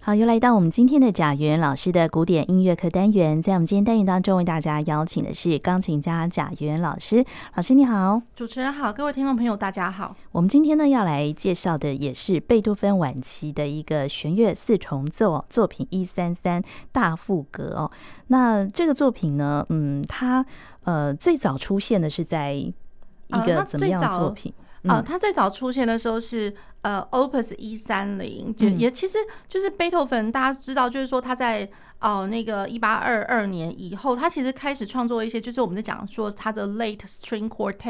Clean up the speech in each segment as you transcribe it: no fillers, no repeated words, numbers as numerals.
好，又来到我们今天的贾元老师的古典音乐课单元。在我们今天单元当中，为大家邀请的是钢琴家贾元老师。老师你好。 主持人好，各位听众朋友大家好。 我们今天呢要来介绍的也是贝多芬晚期的一个弦乐四重奏作品133大赋格哦。那这个作品呢，它最早出现的是在一个怎么样的作品？ 它最早出现的时候是Opus 130，也其实就是贝多芬，大家知道，就是说他在那个1822年以后，他其实开始创作一些，就是我们在讲说他的 Late String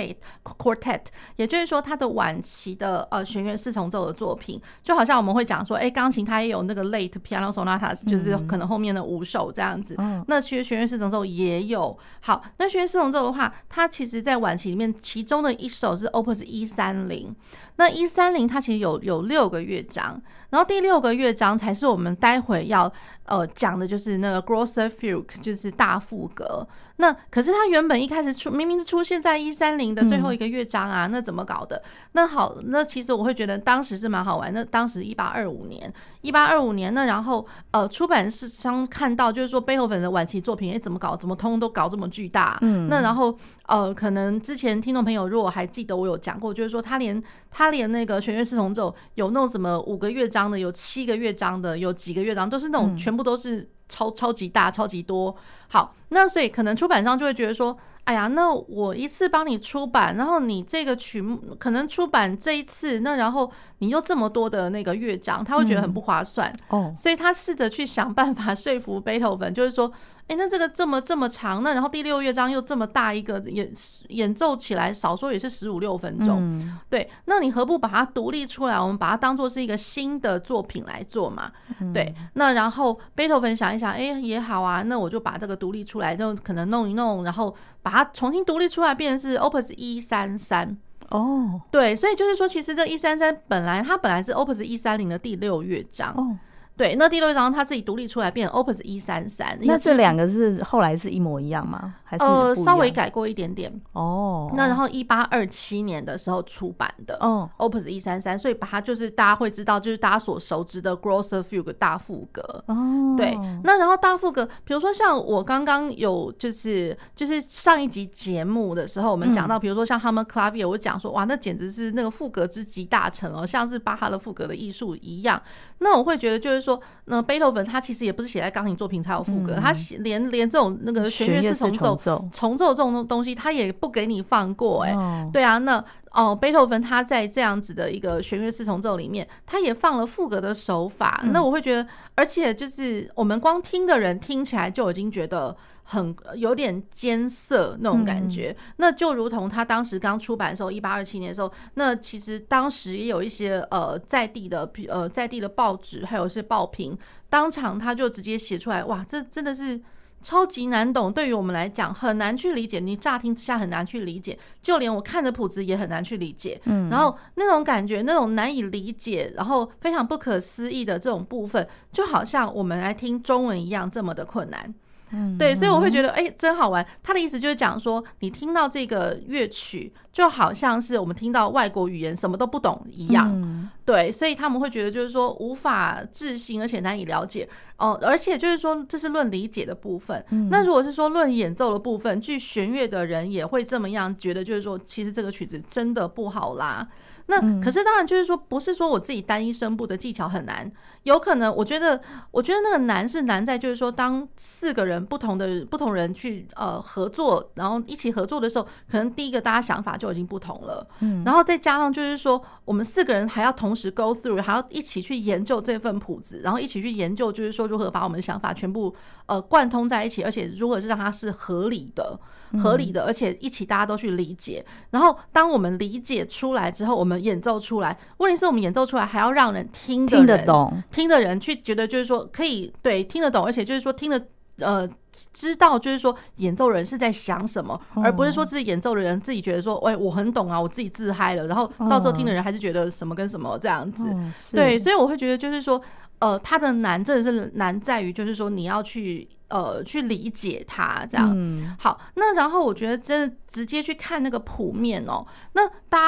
Quartet， 也就是说他的晚期的弦乐四重奏的作品，就好像我们会讲说，钢琴它也有那个 Late Piano Sonatas， 就是可能后面的5首这样子。那其实弦乐四重奏也有。好，那弦乐四重奏的话，它其实在晚期里面，其中的一首是 Opus 130。那130它其实有6个乐章，然后第6个乐章才是我们待会要讲的，就是那个 Grosser Fugue， 就是大赋格。那可是它原本一开始明明是出现在130的最后一个乐章啊，那怎么搞的？那好，那其实我会觉得当时是蛮好玩。那当时1825年，那然后出版社商看到就是说贝多芬的晚期作品，怎么搞，怎么通都搞这么巨大。那然后可能之前听众朋友如果还记得我有讲过，就是说他连那个弦乐四重奏有那种什么5个乐章的，有7个乐章的，有几个乐章都是那种全部都是超级大、超级多。好，那所以可能出版商就会觉得说，哎呀，那我一次帮你出版，然后你这个曲目可能出版这一次，那然后你又这么多的那个乐章，他会觉得很不划算。所以他试着去想办法说服贝多芬，就是说，那这个这么长，那然后第6乐章又这么大一个，演奏起来少说也是15-16分钟。对，那你何不把它独立出来，我们把它当作是一个新的作品来做嘛？对，那然后贝多芬想一想，也好啊，那我就把这个独立出来，就可能弄一弄，然后把它重新独立出来，变成是 Opus 133。对，所以就是说，其实这133本来是 Opus 130的第6乐章。对，那第6乐章他自己独立出来变成 Opus 133。 那这两个是后来是一模一样吗？还是不一样？ 稍微改过一点点。那然后1827年的时候出版的Opus 133，所以把它就是大家会知道，就是大家所熟知的 Grosser Fugue 大赋格。对，那然后大赋格，比如说像我刚刚有就是上一集节目的时候，我们讲到，比如说像 Hammer Clavier， 我讲说哇，那简直是那个赋格之集大成哦，像是巴哈的赋格的艺术一样。那我会觉得就是说，贝多芬他其实也不是写在钢琴作品才有赋格，他连这种那个弦乐四重奏这种东西，他也不给你放过。对啊，那贝多芬他在这样子的一个弦乐四重奏里面，他也放了赋格的手法。那我会觉得，而且就是我们光听的人听起来就已经觉得有点艰涩那种感觉。那就如同他当时刚出版的时候，1827年的时候，那其实当时也有一些在地的报纸还有一些报评，当场他就直接写出来，哇，这真的是超级难懂，对于我们来讲很难去理解，你乍听之下很难去理解，就连我看着谱子也很难去理解。然后那种感觉，那种难以理解，然后非常不可思议的这种部分，就好像我们来听中文一样这么的困难。对，所以我会觉得真好玩。他的意思就是讲说，你听到这个乐曲就好像是我们听到外国语言什么都不懂一样。对，所以他们会觉得就是说无法置信，而且难以了解。而且就是说这是论理解的部分。那如果是说论演奏的部分，据弦乐的人也会这么样觉得，就是说其实这个曲子真的不好啦。那可是当然就是说，不是说我自己单一声部的技巧很难，有可能我觉得那个难是难在就是说，当4个人不同人去合作，然后一起合作的时候，可能第一个大家想法就已经不同了。然后再加上就是说，我们4个人还要同时 go through， 还要一起去研究这份谱子，然后一起去研究就是说如何把我们的想法全部贯通在一起，而且如何是让它是合理的，而且一起大家都去理解。然后当我们理解出来之后，我们演奏出来，问题是我们演奏出来还要让人听得懂，听的人去觉得就是说可以对听得懂，而且就是说听得知道就是说演奏人是在想什么，而不是说自己演奏的人自己觉得说我很懂啊，我自己自嗨了，然后到时候听的人还是觉得什么跟什么这样子。对，所以我会觉得就是说它的难真的是难在于就是说你要去理解它这样。好，那然后我觉得真的直接去看那个谱面那大家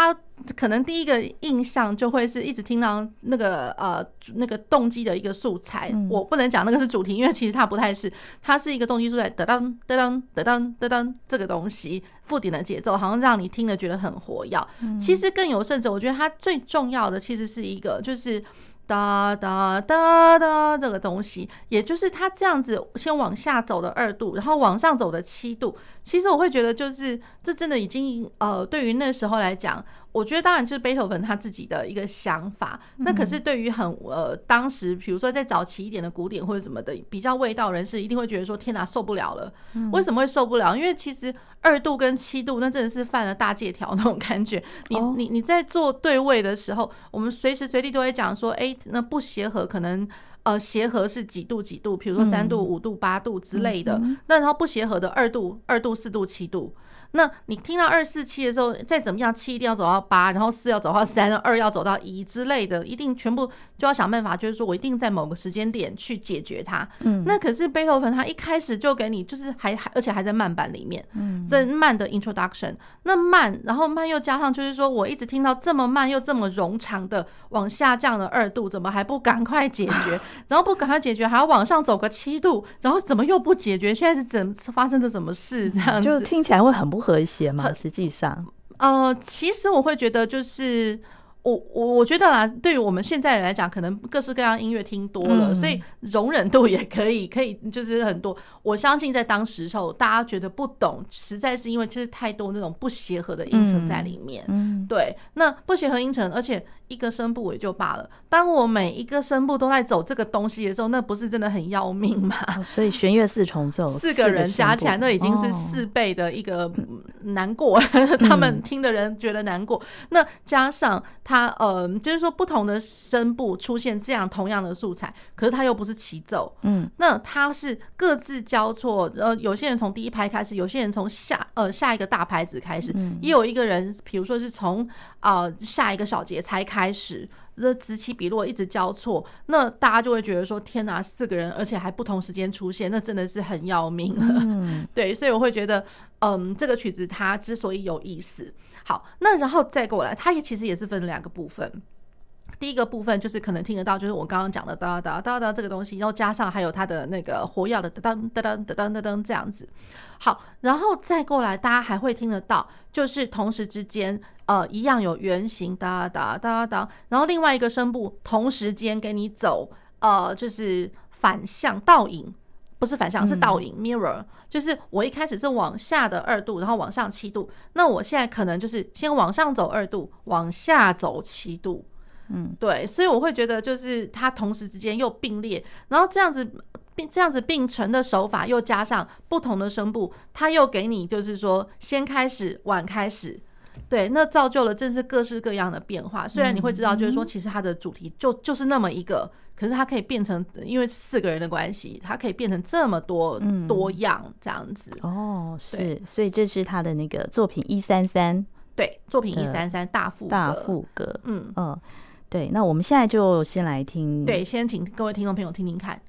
可能第一个印象就会是一直听到那个动机的一个素材，我不能讲那个是主题，因为其实它不太是，它是一个动机素材，得当得当得当得当这个东西，附点的节奏好像让你听了觉得很活跃。其实更有甚者，我觉得它最重要的其实是一个就是哒哒哒哒这个东西，也就是它这样子先往下走的2度，然后往上走的7度。其实我会觉得，就是这真的已经对于那时候来讲，我觉得当然就是贝多芬他自己的一个想法。那可是对于当时比如说在早期一点的古典或者什么的比较味道人士，一定会觉得说天哪，受不了了。为什么会受不了？因为其实2度跟7度那真的是犯了大戒条那种感觉。你在做对位的时候，我们随时随地都会讲说，那不协和可能协和是几度几度，比如说3度、5度、8度之类的。那然后不协和的2度、4度、7度。那你听到2、4、7的时候，再怎么样，7一定要走到8，然后4要走到3，2要走到1之类的，一定全部就要想办法，就是说我一定在某个时间点去解决它。那可是贝多芬他一开始就给你，就是而且还在慢板里面，这慢的 introduction， 那慢，然后慢又加上就是说我一直听到这么慢又这么冗长的往下降的2度，怎么还不赶快解决？然后不赶快解决，还要往上走个7度，然后怎么又不解决？现在是发生着什么事？这样子就听起来会很不和谐嘛，实际上， 其实我会觉得就是我觉得啦，对于我们现在人来讲，可能各式各样音乐听多了，所以容忍度也可以就是很多。我相信在当时候大家觉得不懂，实在是因为就是太多那种不协和的音程在里面。对，那不协和音程，而且一个声部也就罢了，当我每一个声部都在走这个东西的时候，那不是真的很要命吗？ 所以弦乐4重奏 ，4个人加起来，那已经是4倍的一个难过，他们听的人觉得难过。那加上它就是说不同的声部出现这样同样的素材，可是它又不是齐奏，那它是各自交错，有些人从第一拍开始，有些人从下一个大拍子开始，也有一个人，比如说是从下一个小节才开始，这此起彼落一直交错，那大家就会觉得说天哪，4个人而且还不同时间出现，那真的是很要命了。对，所以我会觉得这个曲子它之所以有意思。好，那然后再过来，它其实也是分2个部分。第一个部分就是可能听得到，就是我刚刚讲的哒哒哒哒这个东西，然后加上还有它的那个活跃的噔噔噔噔噔噔这样子。好，然后再过来，大家还会听得到，就是同时之间一样有圆形哒哒哒哒，然后另外一个声部同时间给你走就是反向倒影。不是反向，是倒影 mirror， 就是我一开始是往下的2度，然后往上7度，那我现在可能就是先往上走2度，往下走7度。对，所以我会觉得就是它同时之间又并列，然后这样子并成的手法，又加上不同的声部，它又给你就是说先开始晚开始。对，那造就了真是各式各样的变化。虽然你会知道，就是说，其实它的主题就是那么一个，可是它可以变成，因为4个人的关系，它可以变成这么多多样这样子。 是，所以这是他的那个作品133， 对，作品133大副歌。 对，那我们现在就先来听， 对，先请各位听众朋友听听看。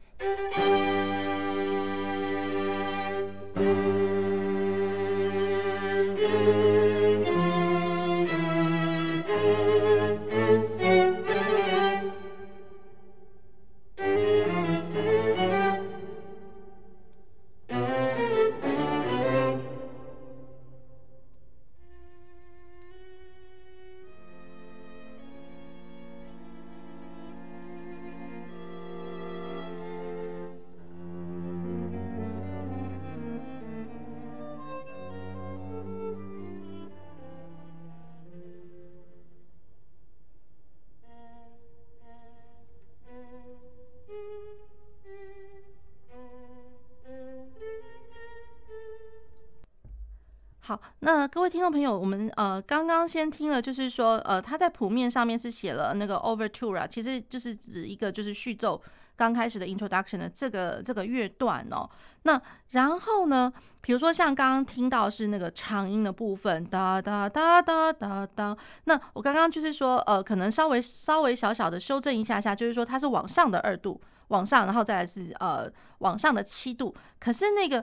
好，那各位听众朋友，我们刚刚先听了，就是说他在谱面上面是写了那个 Overture， 其实就是指一个就是序奏刚开始的 Introduction 的这个乐段哦。那然后呢，比如说像刚刚听到是那个长音的部分，哒哒哒哒哒哒。那我刚刚就是说可能稍微小小的修正一下，就是说它是往上的2度，往上，然后再来是往上的7度，可是那个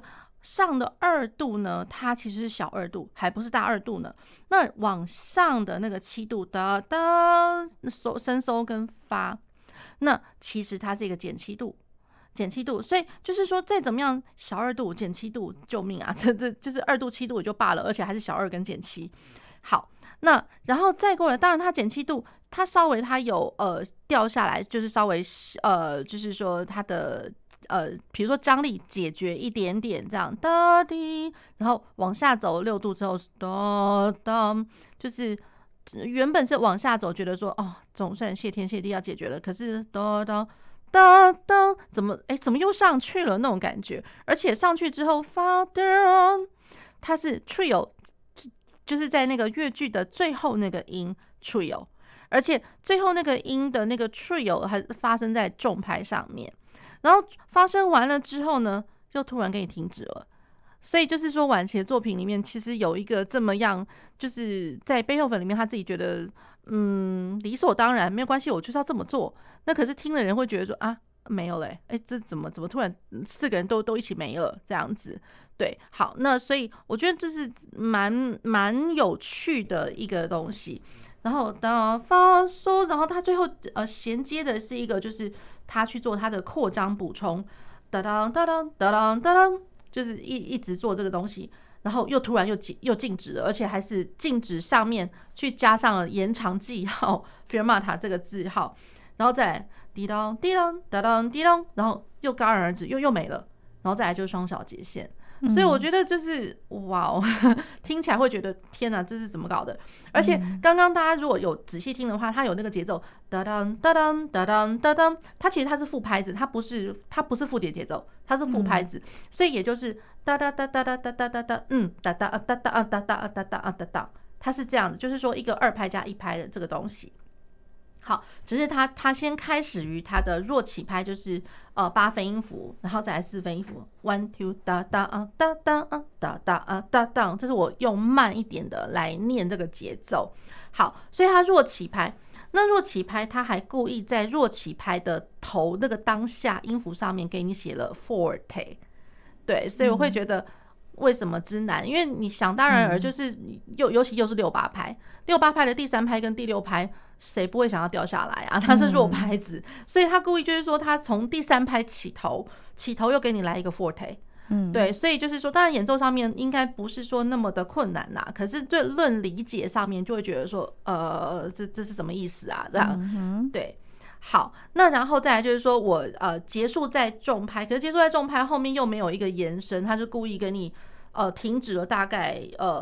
上的2度呢，它其实是小2度，还不是大2度呢。那往上的那个7度的升收跟发，那其实它是一个减7度。减7度，所以就是说，再怎么样小2度减7度，救命啊！这就是2度7度也就罢了，而且还是小2跟减7。好，那然后再过来，当然它减7度，它稍微它有掉下来，就是稍微就是说它的比如说张力解决一点点这样哒滴，然后往下走6度之后哒哒，就是原本是往下走，觉得说哦，总算谢天谢地要解决了，可是哒哒。哒哒，怎么又上去了那种感觉？而且上去之后，Father， 它是 trio， 就是在那个乐句的最后那个音 trio， 而且最后那个音的那个 trio 还发生在重拍上面，然后发生完了之后呢，又突然给你停止了。所以就是说，晚期的作品里面其实有一个这么样，就是在贝多芬里面他自己觉得理所当然，没有关系，我就是要这么做。那可是听的人会觉得说啊，没有嘞，这怎么突然4个人都一起没了这样子？对，好，那所以我觉得这是蛮有趣的一个东西。然后哒发嗦，然后他最后衔接的是一个，就是他去做他的扩张补充，哒当哒当哒当哒当，就是一直做这个东西。然后又突然又静止了，而且还是静止上面去加上了延长记号 fermata 这个字号，然后再来滴当滴当哒当滴当，然后又戛然而止，又没了，然后再来就是双小节线。所以我觉得就是哇哦，听起来会觉得天哪，这是怎么搞的？而且刚刚大家如果有仔细听的话，它有那个节奏哒当哒当哒当哒当，它其实它是副拍子，它不是附点节奏，它是副拍子，所以也就是哒哒哒哒哒哒哒哒哒哒哒哒哒哒哒哒哒哒哒，它是这样子，就是说一个2拍加1拍的这个东西。好，只是他先开始于他的弱起拍，就是8分音符，然后再来4分音符 ，1 2哒哒啊哒哒啊哒哒啊哒哒，这是我用慢一点的来念这个节奏。好，所以他弱起拍，那弱起拍他还故意在弱起拍的头那个当下音符上面给你写了 forte， 对，所以我会觉得。为什么之难？因为你想当然而就是尤其又是6/8拍，6/8拍的第3拍跟第6拍，谁不会想要掉下来啊？它是弱拍子，所以他故意就是说，他从第3拍起头又给你来一个 forte，对，所以就是说，当然演奏上面应该不是说那么的困难啦，可是对论理解上面就会觉得说，这是什么意思啊？这样，对。好，那然后再来就是说我结束在重拍，可是结束在重拍后面又没有一个延伸，他是故意给你停止了大概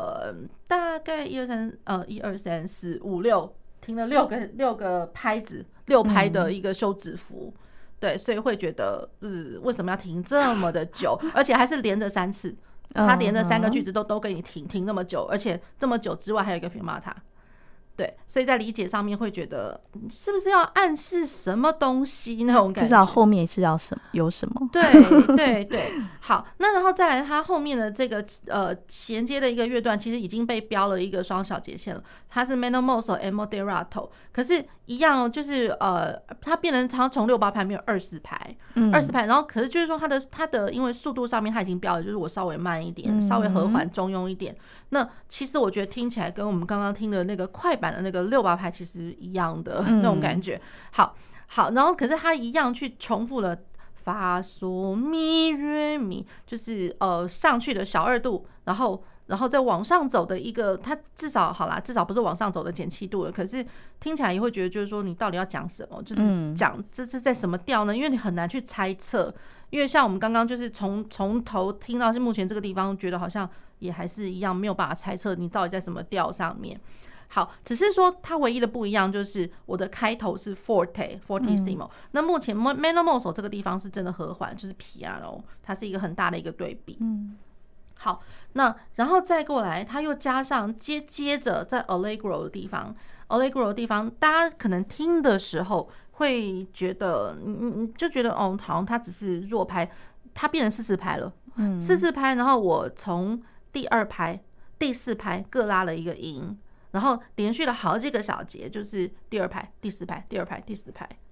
1、2、3、1、2、3、4、5、6，停了6个拍子，6拍的一个休止符，对，所以会觉得为什么要停这么的久，而且还是连着3次，他连着3个句子都给你停那么久，而且这么久之外还有一个 fermata。对，所以在理解上面会觉得是不是要暗示什么东西那种感觉， 不知道后面是要有什么。 对，好，那然后再来，它后面的这个衔接的一个乐段，其实已经被标了一个双小节线了，它是 meno mosso e moderato， 可是一样就是它变成它从6/8拍变成24拍，20拍，然后可是就是说它的因为速度上面它已经标了，就是我稍微慢一点，稍微和缓中庸一点。那其实我觉得听起来跟我们刚刚听的那个快板的那个6/8拍其实一样的那种感觉。好，然后可是它一样去重复了发嗦咪瑞咪，就是上去的小2度，然后再往上走的一个，它至少不是往上走的减7度了，可是听起来也会觉得就是说你到底要讲什么，就是讲这是在什么调呢？因为你很难去猜测，因为像我们刚刚就是从头听到是目前这个地方，觉得好像也还是一样没有办法猜测你到底在什么调上面。好，只是说它唯一的不一样就是我的开头是 fortissimo，那目前 meno mosso 这个地方是真的和缓，就是 piano， 它是一个很大的一个对比。好，那然后再过来，它又加上接着在 allegro 的地方，大家可能听的时候会觉得，就觉得好像它只是弱拍，它变成4/4拍了，4/4拍，然后我从第2拍、第4拍各拉了一个音，然后连续了好几个小节，就是第2拍、第4拍、第2拍、第4拍。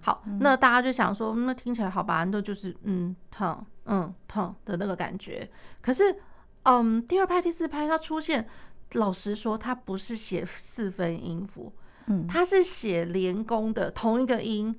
好，那大家就想说，那听起来好吧，那就是痛痛的那个感觉。可是第二拍第四拍它出现，老实说它不是写4分音符，它是写连弓的同一个音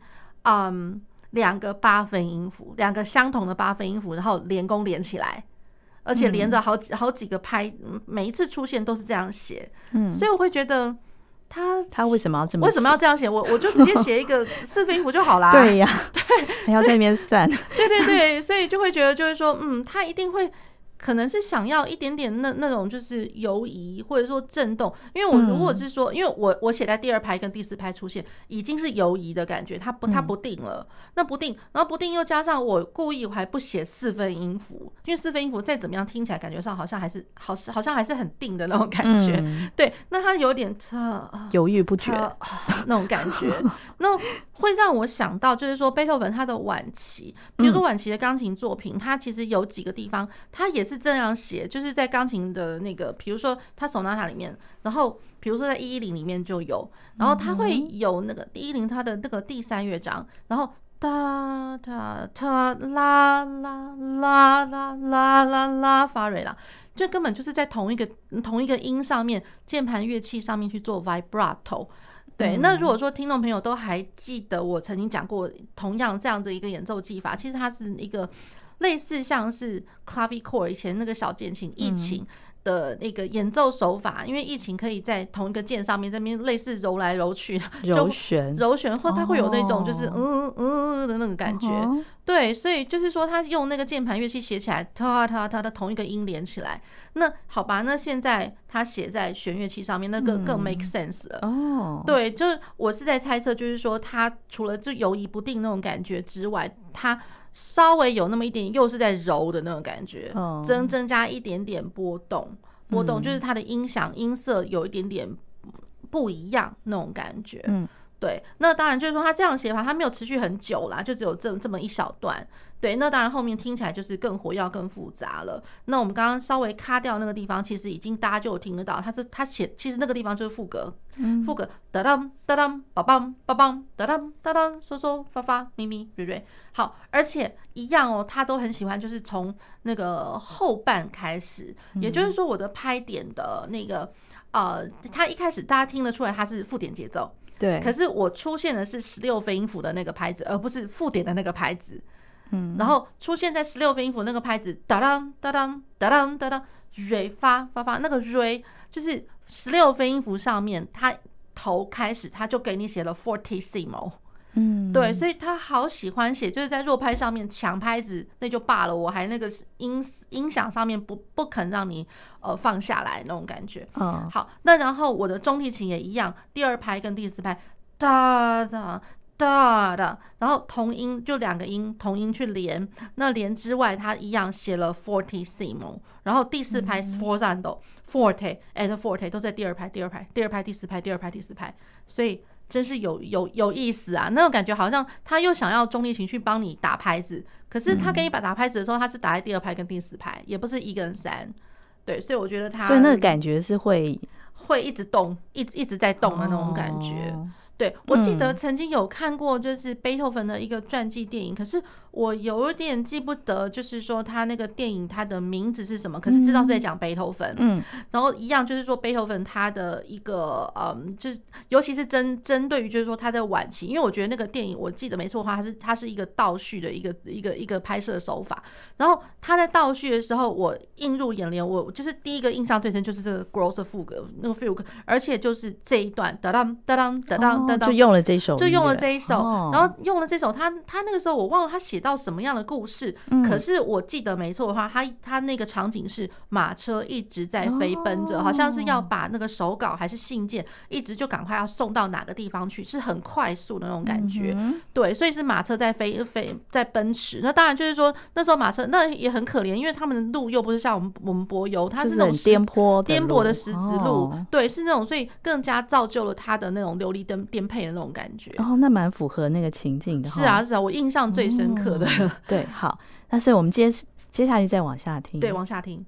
，2个8分音符，2个相同的8分音符，然后连弓连起来，而且连着好几个拍，每一次出现都是这样写，所以我会觉得他为什么要这么写？ 为什么要这样写？我就直接写一个4分音符就好啦。 对呀，对，还要在那边算。 对，所以就会觉得就是说，他一定会。可能是想要一点点那种就是游移或者说震动，因为我如果是说，因为我写在第二拍跟第四拍出现已经是游移的感觉，它不定了，那不定，然后不定又加上我故意我还不写4分音符，因为4分音符再怎么样听起来感觉上好像还是很定的那种感觉，对，那它有点犹豫不决那种感觉，那会让我想到就是说贝多芬他的晚期，比如说晚期的钢琴作品，他其实有几个地方他也是这样写，就是在钢琴的那个，比如说他sonata里面，然后比如说在110里面就有，然后他会有那个110他的那个第3乐章，然后哒哒哒啦啦啦啦啦啦啦发瑞啦，就根本就是在同一个音上面，键盘乐器上面去做 vibrato。对，那如果说听众朋友都还记得我曾经讲过同样这样的一个演奏技法，其实它是一个类似像是 clavichord 以前那个小键琴疫情的那个演奏手法，因为疫情可以在同一个键上面这边类似揉来揉去揉旋， 或它会有那种就是的那种感觉，对，所以就是说他用那个键盘乐器写起来，它的同一个音连起来。那好吧，那现在他写在弦乐器上面，那个更 make sense 了。对，就是我是在猜测，就是说他除了就游移不定那种感觉之外，他稍微有那么一点又是在揉的那种感觉，增加一点点波动，就是它的音响音色有一点点不一样那种感觉。对，那当然就是说他这样写法，他没有持续很久啦，就只有这么一小段。对，那当然后面听起来就是更活跃、更复杂了。那我们刚刚稍微卡掉那个地方，其实已经大家就有听得到，他写其实那个地方就是副歌，副歌哒当哒当梆梆梆梆哒当哒当嗦嗦发发咪咪瑞瑞。好，而且一样哦，他都很喜欢，就是从那个后半开始，也就是说我的拍点的那个他一开始大家听得出来他是附点节奏。 对， 可是我出现的是16分音符的那个拍子，而不是附点的那个拍子。然后出现在16分音符那个拍子，哒当哒当哒当哒当，瑞发那个瑞就是16分音符上面，它头开始他就给你写了 fortissimo。对，所以他好喜欢写，就是在弱拍上面抢拍子，那就罢了，我还那个音响上面不肯让你放下来那种感觉。好，那然后我的中提琴也一样，第二拍跟第四拍哒哒哒哒，然后同音就2个音同音去连，那连之外他一样写了 fortissimo， 然后第四拍 sforzando forte and forte 都在第二拍第二拍第四拍第二拍第四拍，所以真是有意思啊！那种感觉好像他又想要中提琴去帮你打拍子，可是他给你打拍子的时候，他是打在第二拍跟第四拍，也不是1跟3。对，所以我觉得他， 所以那个感觉是会一直动，一直在动的那种感觉。对，我记得曾经有看过就是贝多芬的一个传记电影，可是我有点记不得，就是说他那个电影他的名字是什么，可是知道是在讲贝多芬。然后一样就是说贝多芬他的一个就是尤其是针对于就是说他的晚期，因为我觉得那个电影我记得没错的话，它是一个倒叙的一个拍摄手法。然后他在倒叙的时候，我映入眼帘，我就是第一个印象最深就是这个 gross 副歌那个 fugue， 而且就是这一段哒当哒当哒当。 就用了这一首， 然后用了这首，他那个时候我忘了他写到什么样的故事，可是我记得没错的话，他那个场景是马车一直在飞奔着，好像是要把那个手稿还是信件一直就赶快要送到哪个地方去，是很快速的那种感觉。对，所以是马车在飞在奔驰。那当然就是说那时候马车那也很可怜，因为他们的路又不是像我们柏油，它是那种颠簸的石子路，对，是那种，所以更加造就了他的那种流离颠沛的那种感觉。 那蛮符合那个情境的。 是啊，我印象最深刻的。 对，好，那所以我们接下去再往下听。 对，往下听。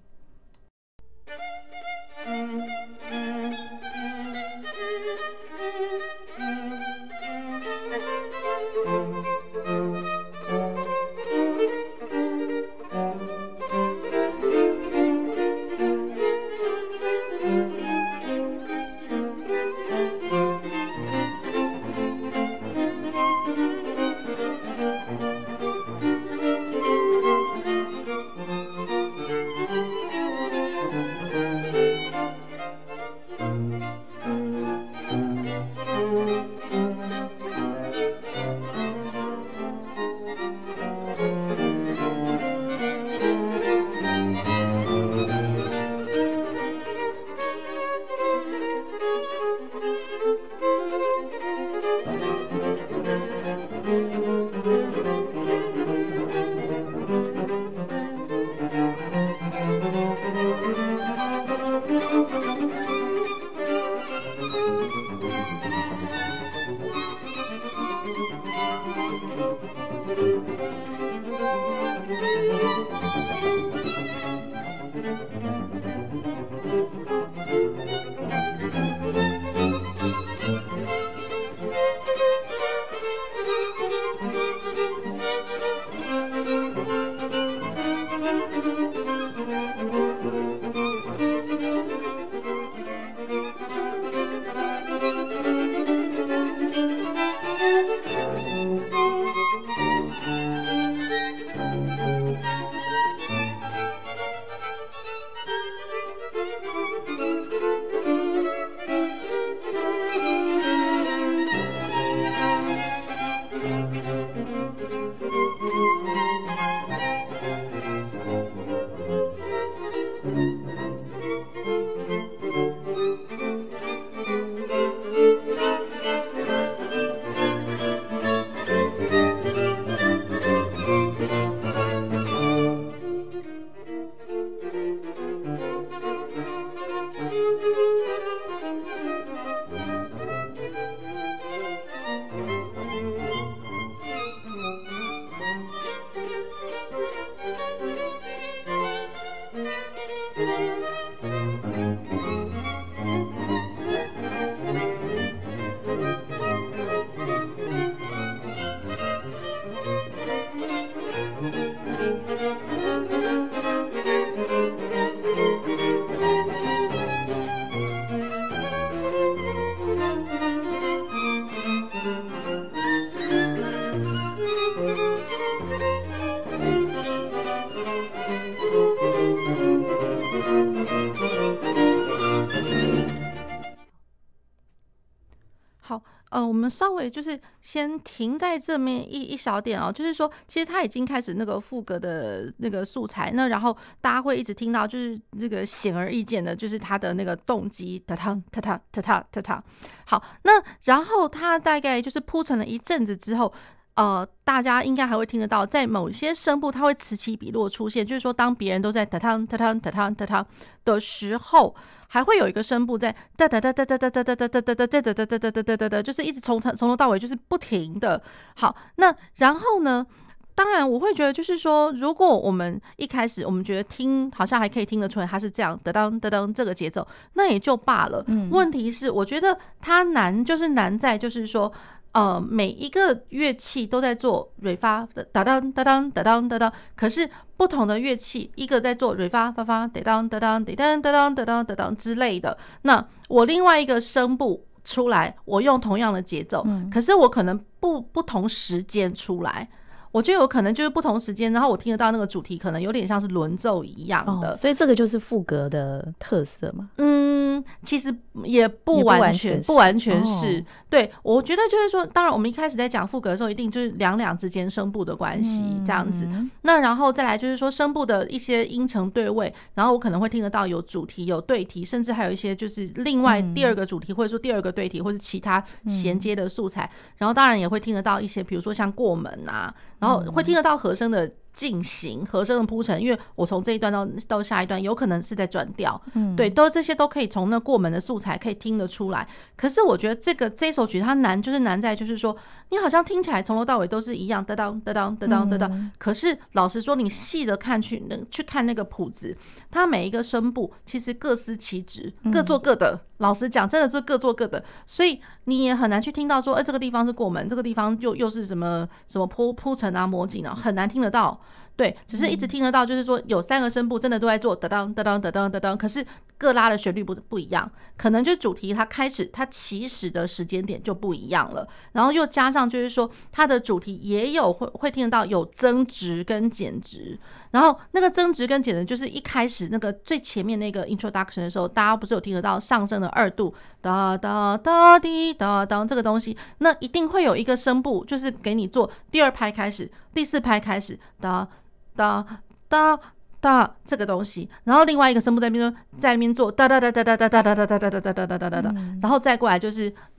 我们稍微就是先停在这面一小点哦，就是说，其实他已经开始那个副歌的那个素材，那然后大家会一直听到，就是这个显而易见的，就是他的那个动机，哒哒哒哒哒哒哒哒。好，那然后他大概就是铺陈了一阵子之后。大家应该还会听得到，在某些声部它会此起彼落出现，就是说当别人都在哒汤哒汤哒汤哒汤的时候，还会有一个声部在哒哒哒哒哒哒哒哒哒哒哒哒哒哒哒哒哒哒哒，就是一直从头到尾就是不停的。好，那然后呢？当然，我会觉得就是说，如果我们一开始我们觉得听好像还可以听得出来它是这样哒当哒当这个节奏，那也就罢了。问题是，我觉得它难就是难在就是说。每一个乐器都在做蕊发的哒当哒当哒当哒当，可是不同的乐器，一个在做蕊发发发哒当哒当哒当哒当哒当哒当之类的。那我另外一个声部出来，我用同样的节奏，可是我可能不同时间出来。我觉得有可能就是不同时间，然后我听得到那个主题可能有点像是轮奏一样的， 所以这个就是副歌的特色嘛。 其实也不完全是。对，我觉得就是说，当然我们一开始在讲副歌的时候，一定就是两之间声部的关系这样子。那然后再来就是说声部的一些音程对位，然后我可能会听得到有主题、有对题，甚至还有一些就是另外第二个主题，或者说第二个对题，或是其他衔接的素材。然后当然也会听得到一些，比如说像过门啊，然后会听得到和声的进行，和声的铺陈，因为我从这一段到下一段有可能是在转调，对，这些都可以从那过门的素材可以听得出来。可是我觉得这首曲它难就是难在就是说，你好像听起来从头到尾都是一样，哒当哒当哒当哒当，可是老实说，你细的看去看那个谱子，它每一个声部其实各司其职，各做各的。老实讲，真的是各做各的，所以你也很难去听到说，这个地方是过门，这个地方又是什么铺陈啊、模景啊，很难听得到。对，只是一直听得到，就是说有3个声部真的都在做哒当哒当哒当哒当，可是各拉的旋律不一样，可能就主题它起始的时间点就不一样了，然后又加上就是说它的主题也有会听得到有增值跟减值，然后那个增值跟减值就是一开始那个最前面那个 introduction 的时候，大家不是有听得到上升的2度哒哒哒滴哒当这个东西，那一定会有一个声部就是给你做第2拍开始，第4拍开始哒哒哒哒这个东西，然后另外一个声部在那边做哒哒哒哒哒哒哒哒哒哒哒哒哒哒哒，然后再过来就是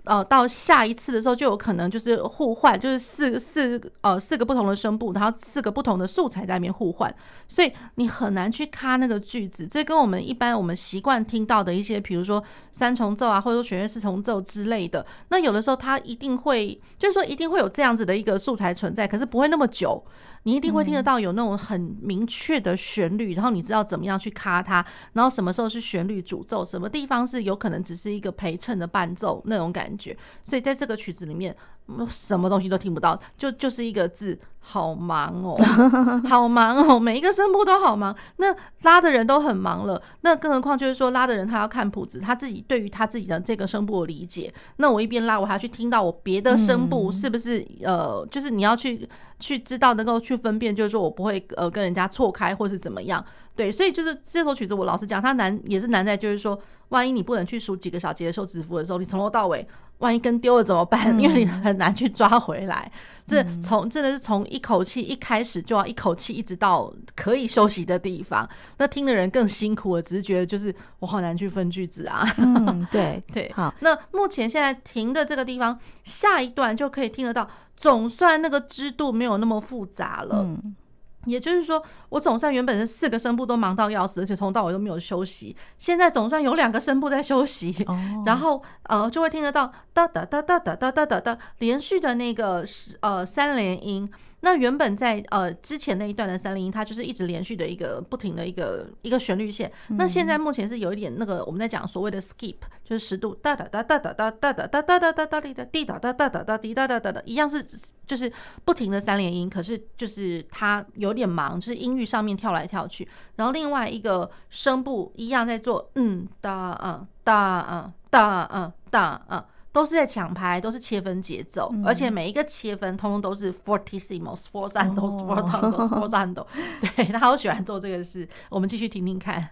到下一次的时候就有可能就是互换，就是四个不同的声部，然后4个不同的素材在那边互换，所以你很难去卡那个句子。这跟我们一般我们习惯听到的一些，比如说3重奏啊，或者说弦乐4重奏之类的，那有的时候它一定会，就是说一定会有这样子的一个素材存在，可是不会那么久。你一定会听得到有那种很明确的旋律，然后你知道怎么样去卡它，然后什么时候是旋律主奏，什么地方是有可能只是一个陪衬的伴奏那种感觉。所以在这个曲子里面什么东西都听不到，就是一个字，好忙哦，好忙哦，每一个声部都好忙。那拉的人都很忙了，那更何况就是说拉的人他要看谱子，他自己对于他自己的这个声部的理解。那我一边拉，我还要去听到我别的声部是不是就是你要去知道能够去分辨，就是说我不会跟人家错开或是怎么样。对，所以就是这首曲子我老实讲它难也是难在就是说，万一你不能去数几个小节的休止符的时候，你从头到尾万一跟丢了怎么办？因为你很难去抓回来。真的是从一口气一开始就要一口气一直到可以休息的地方，那听的人更辛苦了，只是觉得就是我好难去分句子啊。 对对， 好。 那目前现在停的这个地方，下一段就可以听得到，总算那个支度没有那么复杂了。也就是说，我总算原本是4个声部都忙到要死，而且从到尾都没有休息。现在总算有2个声部在休息，然后就会听得到哒哒哒哒哒哒哒哒哒连续的那个3连音。那原本在之前那一段的3连音，它就是一直连续的一个不停的一个旋律线。那现在目前是有一点那个我们在讲所谓的 skip， 就是10度哒哒哒哒哒哒哒哒哒哒哒哒哒滴哒滴哒哒哒哒哒滴哒哒哒哒，一样是就是不停的3连音，可是就是它有点忙，就是音域上面跳来跳去。然后另外一个声部一样在做哒哒哒哒都是在抢拍，都是切分节奏，而且每一个切分通通都是 fortissimo sforzando sforzando sforzando。 对，他好喜欢做这个事。我们继续听听看。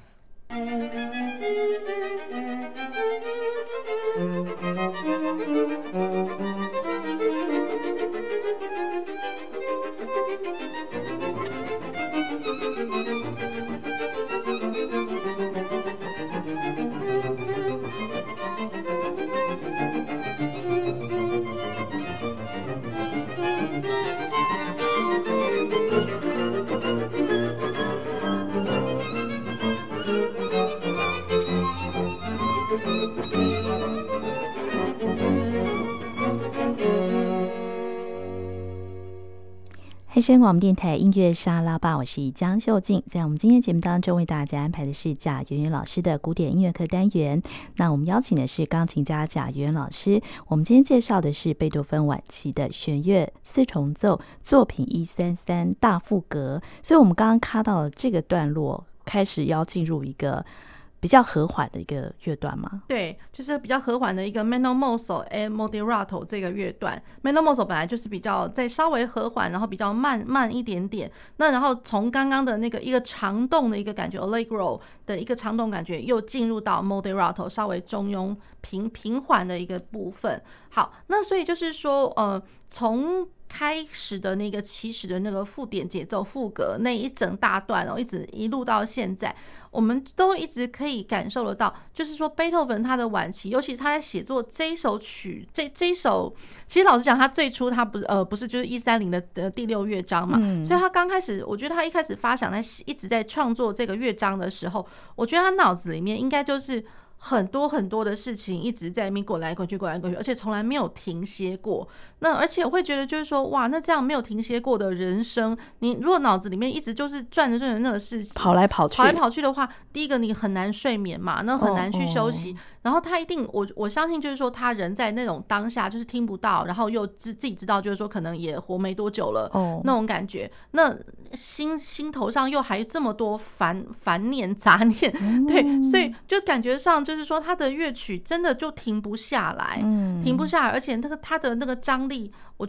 汉声广播电台音乐沙拉吧，我是江秀静。在我们今天节目当中，为大家安排的是贾圆圆老师的古典音乐课单元。那我们邀请的是钢琴家贾圆圆老师。我们今天介绍的是贝多芬晚期的弦乐4重奏作品133大赋格。所以我们刚刚看到了这个段落，开始要进入一个比较和缓的一个乐段吗？ 对，就是比较和缓的一个 Meno mosso e moderato 这个乐段。Meno mosso 本来就是比较在稍微和缓，然后比较慢一点点。那然后从刚刚的那个一个长动的一个感觉 Allegro 的一个长动感觉，又进入到 moderato 稍微中庸平缓的一个部分。好，那所以就是说从开始的那个起始的那个附点节奏副歌那一整大段一路到现在，我们都一直可以感受得到，就是说贝多芬他的晚期，尤其他在写作这一首曲，这一首，其实老实讲，他最初他不是就是130的第6乐章嘛，所以他刚开始，我觉得他一开始发想一直在创作这个乐章的时候，我觉得他脑子里面应该就是很多很多的事情一直在那边过来过去，而且从来没有停歇过。那而且我会觉得就是说，哇，那这样没有停歇过的人生，你如果脑子里面一直就是转着那个事情， 跑来跑去的话，第一个你很难睡眠嘛，那很难去休息。然后他一定，我相信就是说，他人在那种当下就是听不到，然后又自己知道就是说可能也活没多久了，那种感觉，那心头上又还这么多烦念杂念，对，所以就感觉上就是说他的乐曲真的就停不下来，而且他的那个张力，我觉得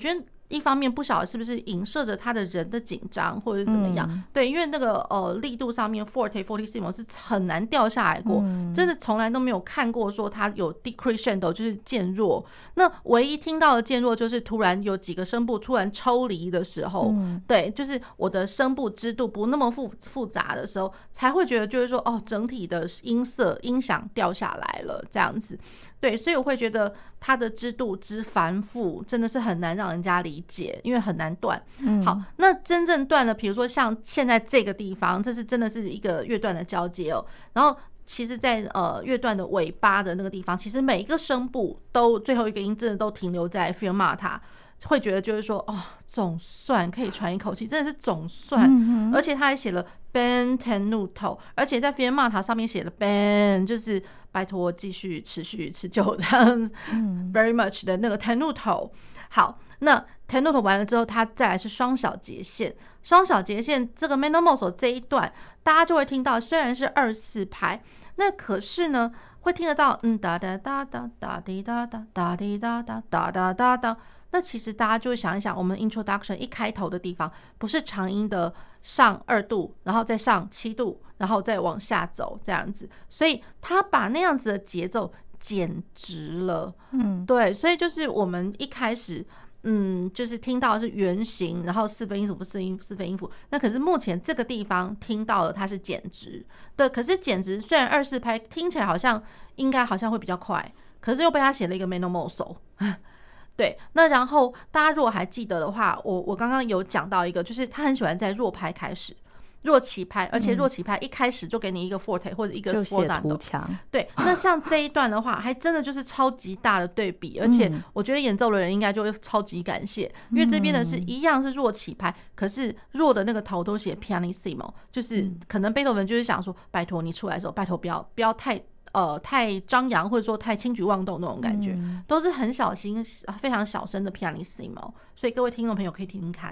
一方面不晓得是不是影射着他的人的紧张或者是怎么样，对，因为那个力度上面 forte fortissimo 是很难掉下来过，真的从来都没有看过说他有 decrescendo 就是渐弱，那唯一听到的渐弱就是突然有几个声部突然抽离的时候，对，就是我的声部支度不那么复杂的时候，才会觉得就是说整体的音色音响掉下来了这样子。对，所以我会觉得它的支度之繁复真的是很难让人家理解，因为很难断。好，那真正断了，比如说像现在这个地方，这是真的是一个乐段的交接然后其实在乐段的尾巴的那个地方，其实每一个声部都最后一个音真的都停留在 fermata， 会觉得就是说总算可以喘一口气，真的是总算。而且他还写了 ben tenuto， 而且在 fermata 上面写了 ben， 就是拜托继续持续持久这样子very much 的那个 tenuto。 好，那 tenuto 完了之后，它再来是双小节线。双小节线这个 meno mosso 这一段，大家就会听到，虽然是2/4拍，那可是呢会听得到哒哒哒哒哒滴哒哒哒滴哒哒哒哒哒哒。那其实大家就会想一想，我们 introduction 一开头的地方不是长音的上2度，然后再上7度，然后再往下走这样子，所以他把那样子的节奏减直了。对，所以就是我们一开始就是听到的是圆形，然后4分音符不是4分音符，那可是目前这个地方听到的它是减直。对，可是减直虽然2/4拍听起来好像应该好像会比较快，可是又被他写了一个 meno mosso。对，那然后大家如果还记得的话，我刚刚有讲到一个，就是他很喜欢在弱拍开始，弱起拍，而且弱起拍一开始就给你一个 forte 或者一个 sforzando。对，那像这一段的话，还真的就是超级大的对比，而且我觉得演奏的人应该就会超级感谢，因为这边的是一样是弱起拍，可是弱的那个头都写 pianissimo， 就是可能贝多芬就是想说，拜托你出来的时候，拜托不要太张扬，或者说太轻举妄动那种感觉，都是很小心非常小声的 pianissimo， 所以各位听众朋友可以听听看。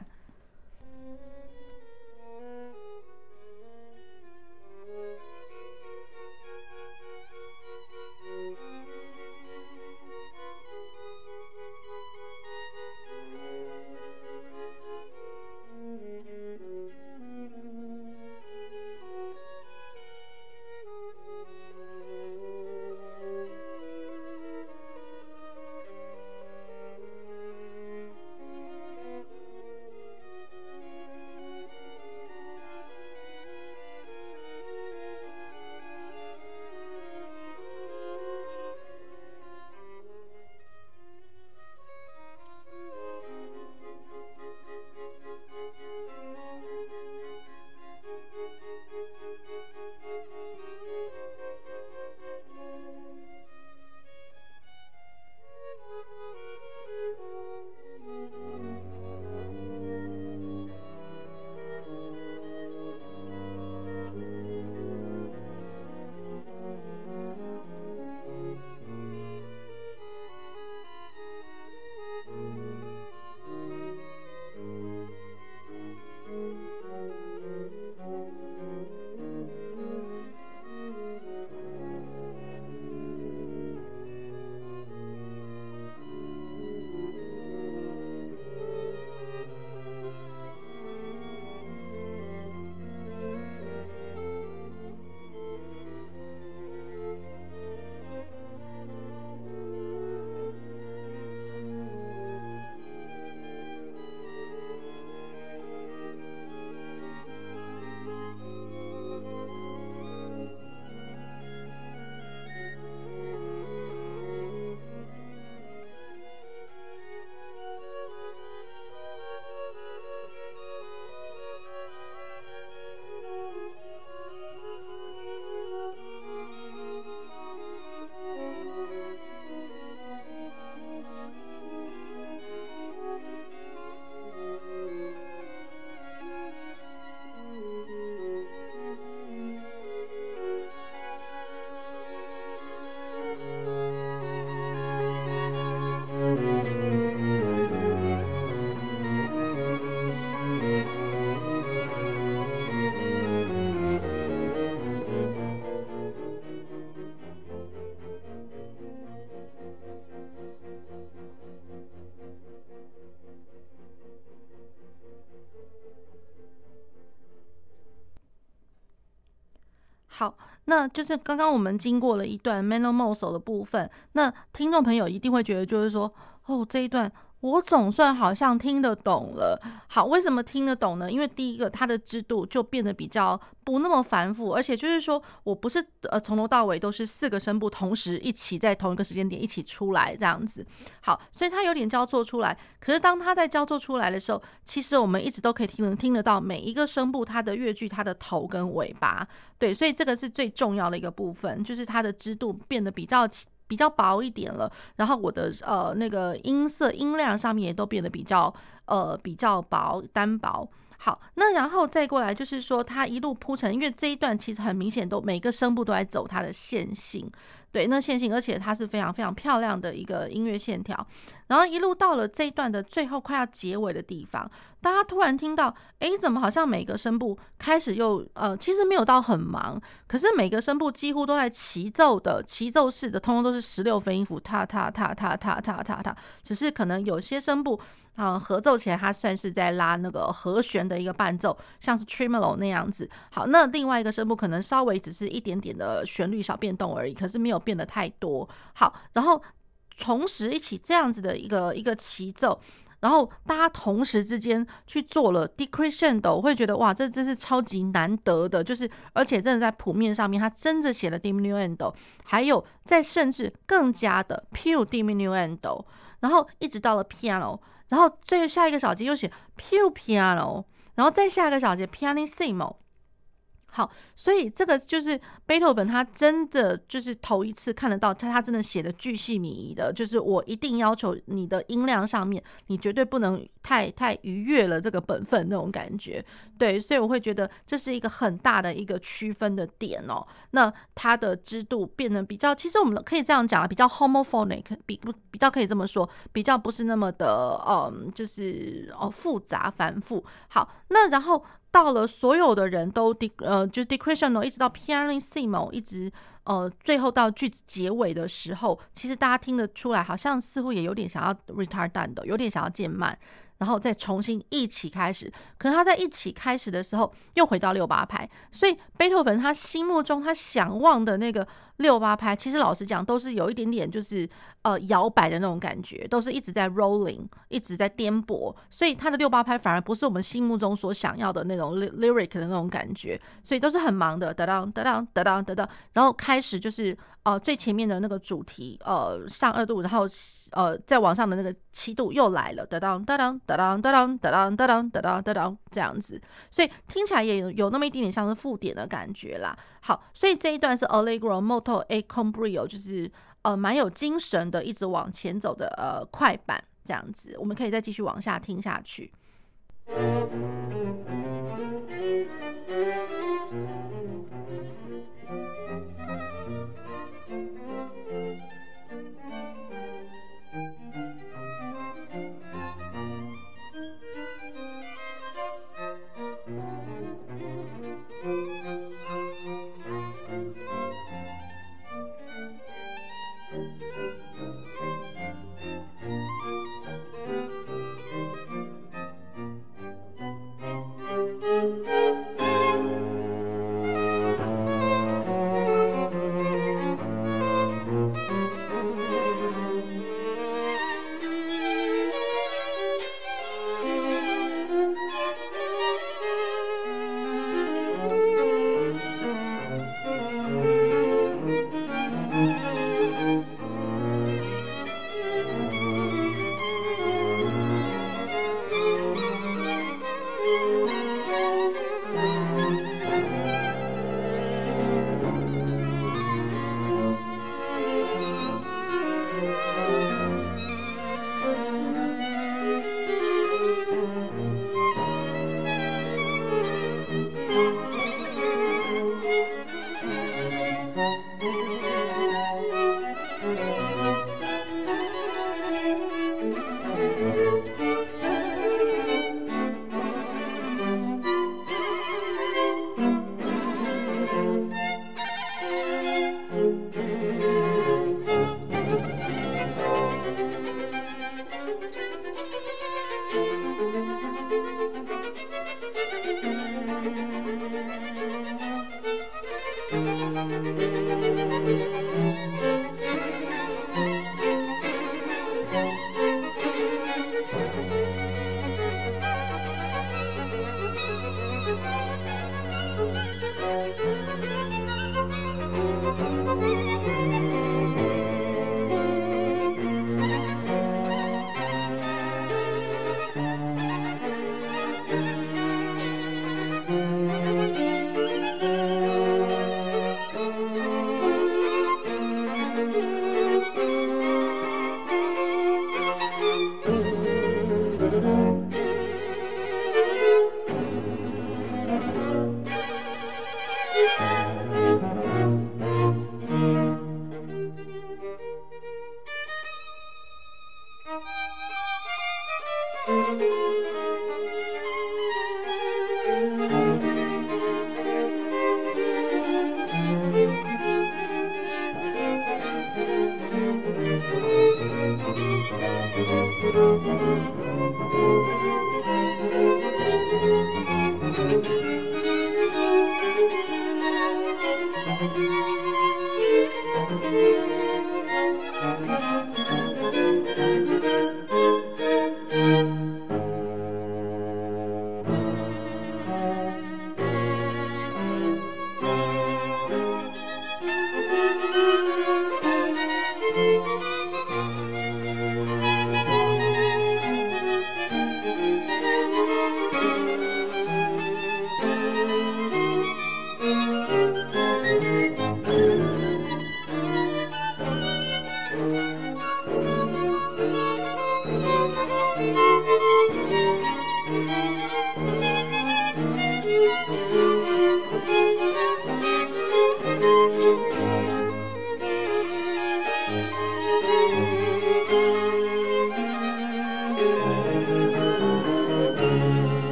好，那就是刚刚我们经过了一段 Mano Mosso 的部分，那听众朋友一定会觉得就是说，哦，这一段我总算好像听得懂了。好，为什么听得懂呢？因为第一个，它的支度就变得比较不那么繁复，而且就是说我不是从头到尾都是4个声部同时一起在同一个时间点一起出来这样子。好，所以它有点交错出来。可是当它在交错出来的时候，其实我们一直都可以听得到每一个声部它的乐句、它的头跟尾巴。对，所以这个是最重要的一个部分，就是它的支度变得比较薄一点了，然后我的那个音色音量上面也都变得比较薄单薄。好，那然后再过来就是说它一路铺陈，因为这一段其实很明显每个声部都在走它的线性，对，那线性，而且它是非常非常漂亮的一个音乐线条。然后一路到了这一段的最后快要结尾的地方，大家突然听到，怎么好像每个声部开始又其实没有到很忙，可是每个声部几乎都在齐奏式的，通通都是16分音符，踏踏踏踏踏踏踏踏，只是可能有些声部合奏起来它算是在拉那个和弦的一个伴奏，像是 tremolo 那样子。好，那另外一个声部可能稍微只是一点点的旋律小变动而已，可是没有变得太多。好，然后同时一起这样子的一个齐奏，然后大家同时之间去做了 decrescendo， 我会觉得哇，这真是超级难得的，就是而且真的在谱面上面，他真的写了 diminuendo， 还有在甚至更加的 pure diminuendo， 然后一直到了 piano， 然后最后下一个小节又写 pure piano， 然后再下一个小节 pianissimo。好，所以这个就是贝多芬他真的就是头一次看得到他真的写的巨细靡遗的，就是我一定要求你的音量上面你绝对不能太逾越了这个本分那种感觉。对，所以我会觉得这是一个很大的一个区分的点哦。那它的支度变得比较，其实我们可以这样讲，比较 homophonic， 比较可以这么说，比较不是那么的就是复杂繁复。好，那然后到了所有的人都就是 decrescendo 一直到 pianissimo， 一直最后到句子结尾的时候，其实大家听得出来，好像似乎也有点想要 retardando， 有点想要渐慢，然后再重新一起开始。可是他在一起开始的时候又回到6/8拍，所以贝多芬他心目中他想望的那个6/8拍，其实老实讲都是有一点点就是摇摆的那种感觉，都是一直在 rolling， 一直在颠簸，所以他的6/8拍反而不是我们心目中所想要的那种 lyric 的那种感觉，所以都是很忙的，哒当哒当哒当哒当，然后开始就是最前面的那个主题上2度，然后再往上的那个7度又来了，哒当哒当哒当哒当哒当哒当哒当哒当这样子，所以听起来也有那么一点点像是附点的感觉啦。好，所以这一段是 Allegro molto e con brio， 就是蛮有精神的，一直往前走的快板这样子，我们可以再继续往下听下去。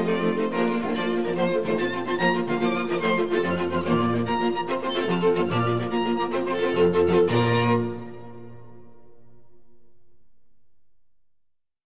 拜。